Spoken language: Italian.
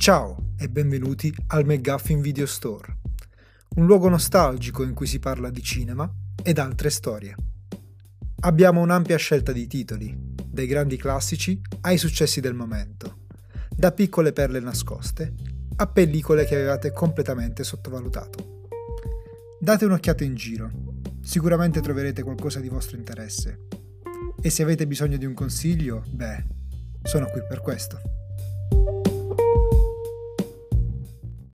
Ciao e benvenuti al McGuffin Video Store, un luogo nostalgico in cui si parla di cinema ed altre storie. Abbiamo un'ampia scelta di titoli, dai grandi classici ai successi del momento, da piccole perle nascoste a pellicole che avevate completamente sottovalutato. Date un'occhiata in giro, sicuramente troverete qualcosa di vostro interesse. E se avete bisogno di un consiglio, sono qui per questo.